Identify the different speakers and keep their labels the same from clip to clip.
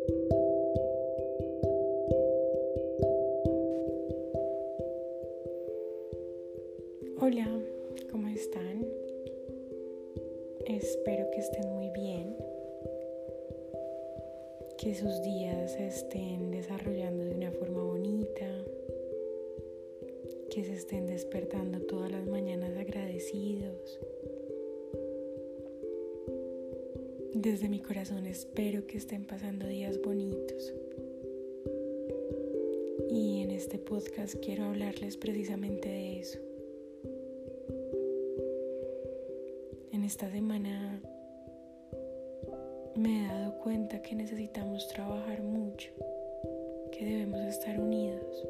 Speaker 1: Hola, ¿cómo están? Espero que estén muy bien, que sus días se estén desarrollando de una forma bonita, que se estén despertando todas las mañanas agradecidos. Desde mi corazón espero que estén pasando días bonitos. Y en este podcast quiero hablarles precisamente de eso. En esta semana me he dado cuenta que necesitamos trabajar mucho, que debemos estar unidos,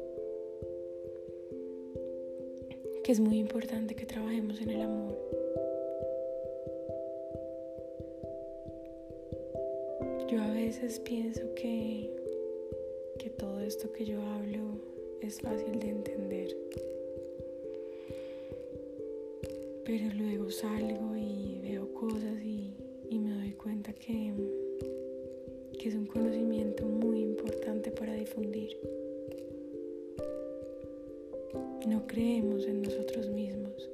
Speaker 1: que es muy importante que trabajemos en el amor. Yo a veces pienso que todo esto que yo hablo es fácil de entender, pero luego salgo y veo cosas y me doy cuenta que es un conocimiento muy importante para difundir. No creemos en nosotros mismos,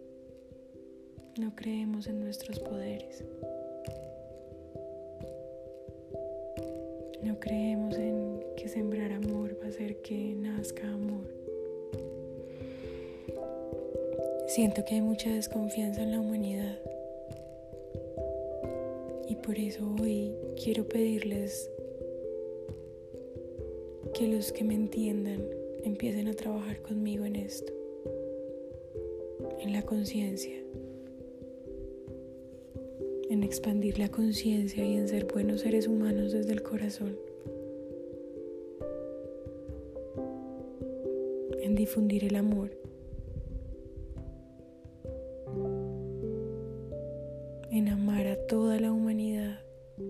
Speaker 1: no creemos en nuestros poderes, no creemos en que sembrar amor va a hacer que nazca amor. Siento que hay mucha desconfianza en la humanidad y por eso hoy quiero pedirles que los que me entiendan empiecen a trabajar conmigo en esto, en la conciencia, en expandir la conciencia y en ser buenos seres humanos desde el corazón, en difundir el amor, en amar a toda la humanidad.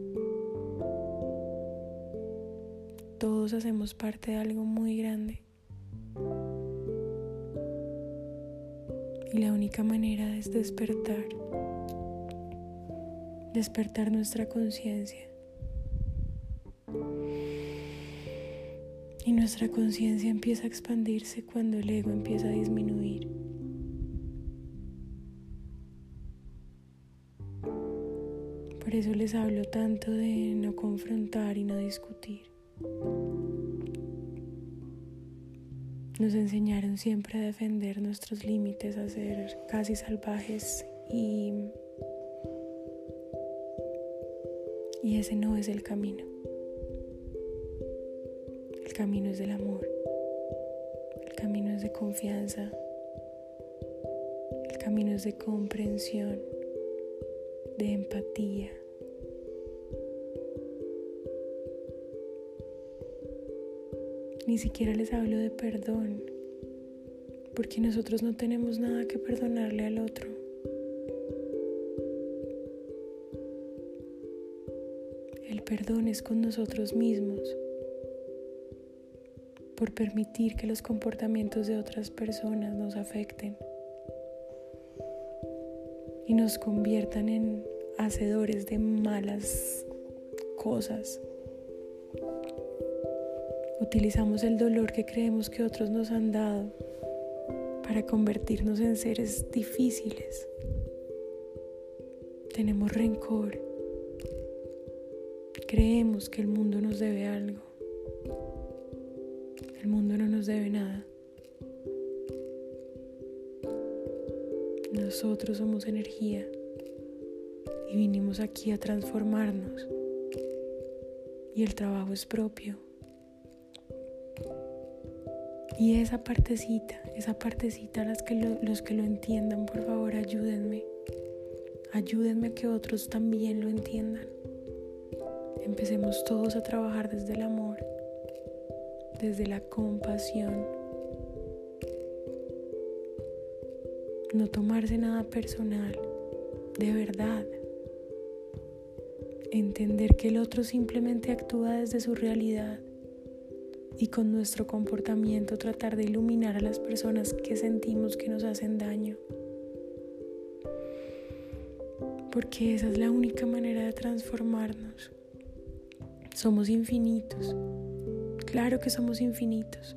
Speaker 1: Todos hacemos parte de algo muy grande y la única manera es despertar nuestra conciencia. Y nuestra conciencia empieza a expandirse cuando el ego empieza a disminuir. Por eso les hablo tanto de no confrontar y no discutir. Nos enseñaron siempre a defender nuestros límites, a ser casi salvajes y ese no es el camino. El camino es del amor, el camino es de confianza, el camino es de comprensión, de empatía. Ni siquiera les hablo de perdón, porque nosotros no tenemos nada que perdonarle al otro. El perdón es con nosotros mismos, por permitir que los comportamientos de otras personas nos afecten y nos conviertan en hacedores de malas cosas. Utilizamos el dolor que creemos que otros nos han dado para convertirnos en seres difíciles. Tenemos rencor. Creemos que el mundo nos debe algo. El mundo no nos debe nada. Nosotros somos energía y vinimos aquí a transformarnos. Y el trabajo es propio. Y esa partecita, los que lo entiendan, por favor, ayúdenme. Ayúdenme a que otros también lo entiendan. Empecemos todos a trabajar desde el amor, desde la compasión. No tomarse nada personal, de verdad. Entender que el otro simplemente actúa desde su realidad y con nuestro comportamiento tratar de iluminar a las personas que sentimos que nos hacen daño. Porque esa es la única manera de transformarnos. Somos infinitos. Claro que somos infinitos.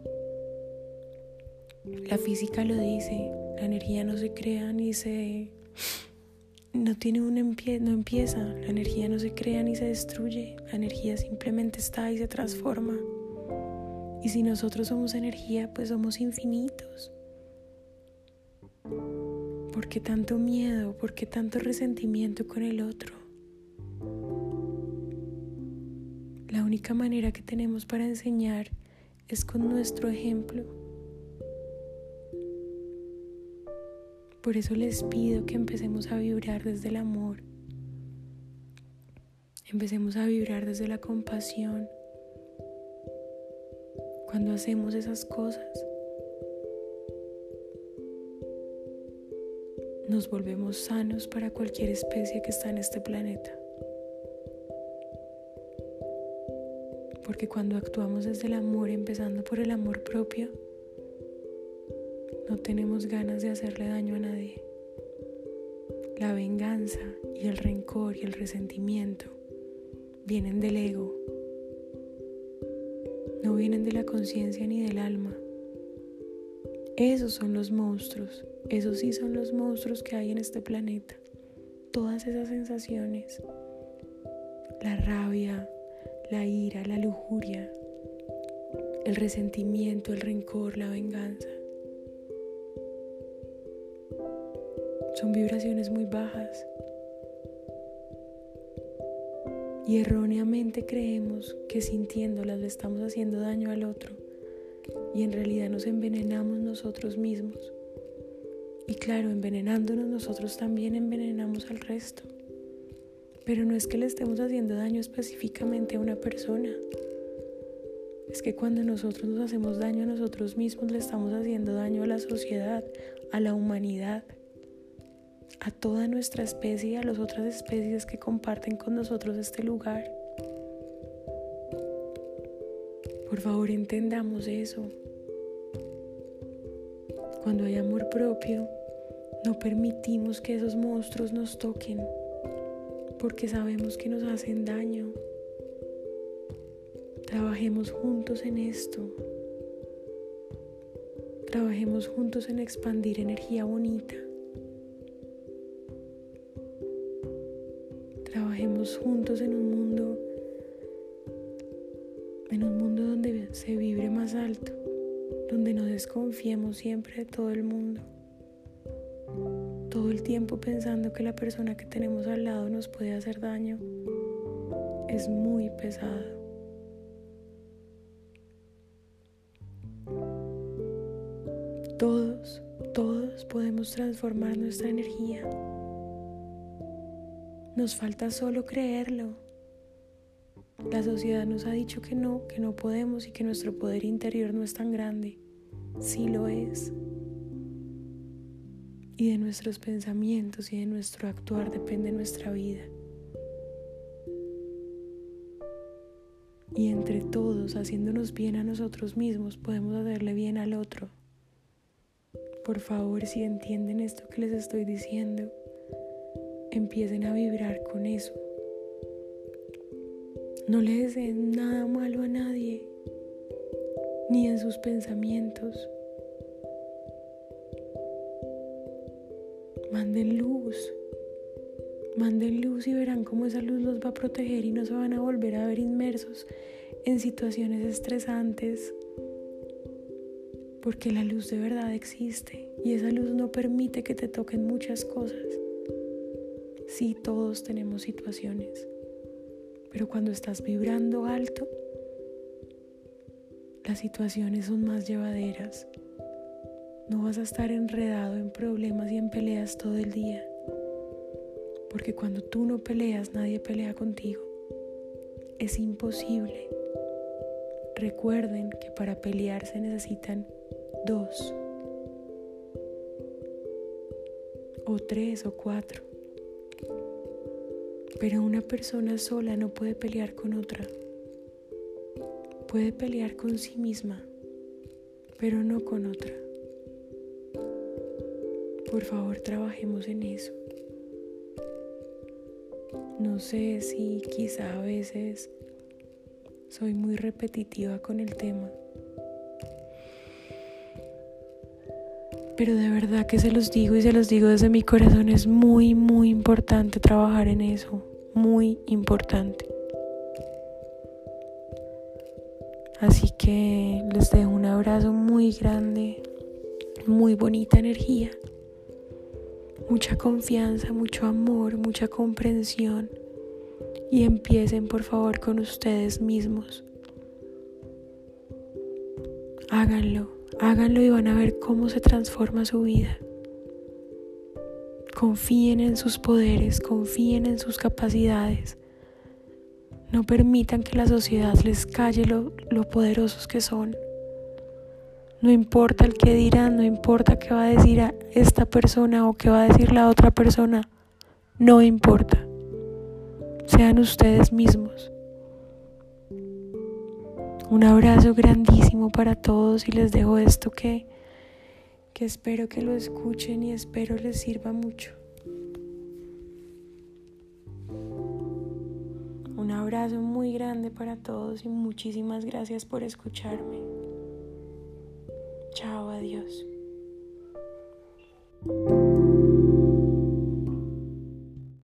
Speaker 1: La física lo dice, la energía no se crea ni se... no empieza, la energía no se crea ni se destruye, la energía simplemente está y se transforma. Y si nosotros somos energía, pues somos infinitos. ¿Por qué tanto miedo? ¿Por qué tanto resentimiento con el otro? La única manera que tenemos para enseñar es con nuestro ejemplo. Por eso les pido que empecemos a vibrar desde el amor. Empecemos a vibrar desde la compasión. Cuando hacemos esas cosas, nos volvemos sanos para cualquier especie que está en este planeta. Porque cuando actuamos desde el amor, empezando por el amor propio, no tenemos ganas de hacerle daño a nadie. La venganza y el rencor y el resentimiento vienen del ego, no vienen de la conciencia ni del alma. Esos son los monstruos, esos sí son los monstruos que hay en este planeta. Todas esas sensaciones, la rabia, la ira, la lujuria, el resentimiento, el rencor, la venganza, son vibraciones muy bajas. Y erróneamente creemos que sintiéndolas le estamos haciendo daño al otro. Y en realidad nos envenenamos nosotros mismos. Y claro, envenenándonos nosotros también envenenamos al resto. Pero no es que le estemos haciendo daño específicamente a una persona. Es que cuando nosotros nos hacemos daño a nosotros mismos, le estamos haciendo daño a la sociedad, a la humanidad, a toda nuestra especie y a las otras especies que comparten con nosotros este lugar. Por favor, entendamos eso. Cuando hay amor propio, no permitimos que esos monstruos nos toquen, porque sabemos que nos hacen daño. Trabajemos juntos en esto. Trabajemos juntos en expandir energía bonita. Trabajemos juntos en un mundo donde se vibre más alto, donde no desconfiemos siempre de todo el mundo. Todo el tiempo pensando que la persona que tenemos al lado nos puede hacer daño es muy pesado. Todos podemos transformar nuestra energía. Nos falta solo creerlo. La sociedad nos ha dicho que no podemos y que nuestro poder interior no es tan grande. Sí lo es. Y de nuestros pensamientos y de nuestro actuar depende nuestra vida. Y entre todos, haciéndonos bien a nosotros mismos, podemos hacerle bien al otro. Por favor, si entienden esto que les estoy diciendo, empiecen a vibrar con eso. No le deseen nada malo a nadie, ni en sus pensamientos. Manden luz y verán cómo esa luz los va a proteger y no se van a volver a ver inmersos en situaciones estresantes, porque la luz de verdad existe y esa luz no permite que te toquen muchas cosas. Sí, todos tenemos situaciones, pero cuando estás vibrando alto, las situaciones son más llevaderas. No vas a estar enredado en problemas y en peleas todo el día, porque cuando tú no peleas, nadie pelea contigo. Es imposible. Recuerden que para pelear se necesitan 2 o 3 o 4. Pero una persona sola no puede pelear con otra. Puede pelear con sí misma, pero no con otra. Por favor, trabajemos en eso. No sé si quizá a veces Soy muy repetitiva con el tema. Pero de verdad que se los digo y se los digo desde mi corazón, es muy, muy importante trabajar en eso. Muy importante. Así que les dejo un abrazo muy grande, muy bonita energía, mucha confianza, mucho amor, mucha comprensión. Y empiecen por favor con ustedes mismos. Háganlo y van a ver cómo se transforma su vida. Confíen en sus poderes, confíen en sus capacidades. No permitan que la sociedad les calle lo poderosos que son. No importa el que dirán, no importa qué va a decir a esta persona o qué va a decir la otra persona. No importa. Sean ustedes mismos. Un abrazo grandísimo para todos y les dejo esto que espero que lo escuchen y espero les sirva mucho. Un abrazo muy grande para todos y muchísimas gracias por escucharme. Chao, adiós.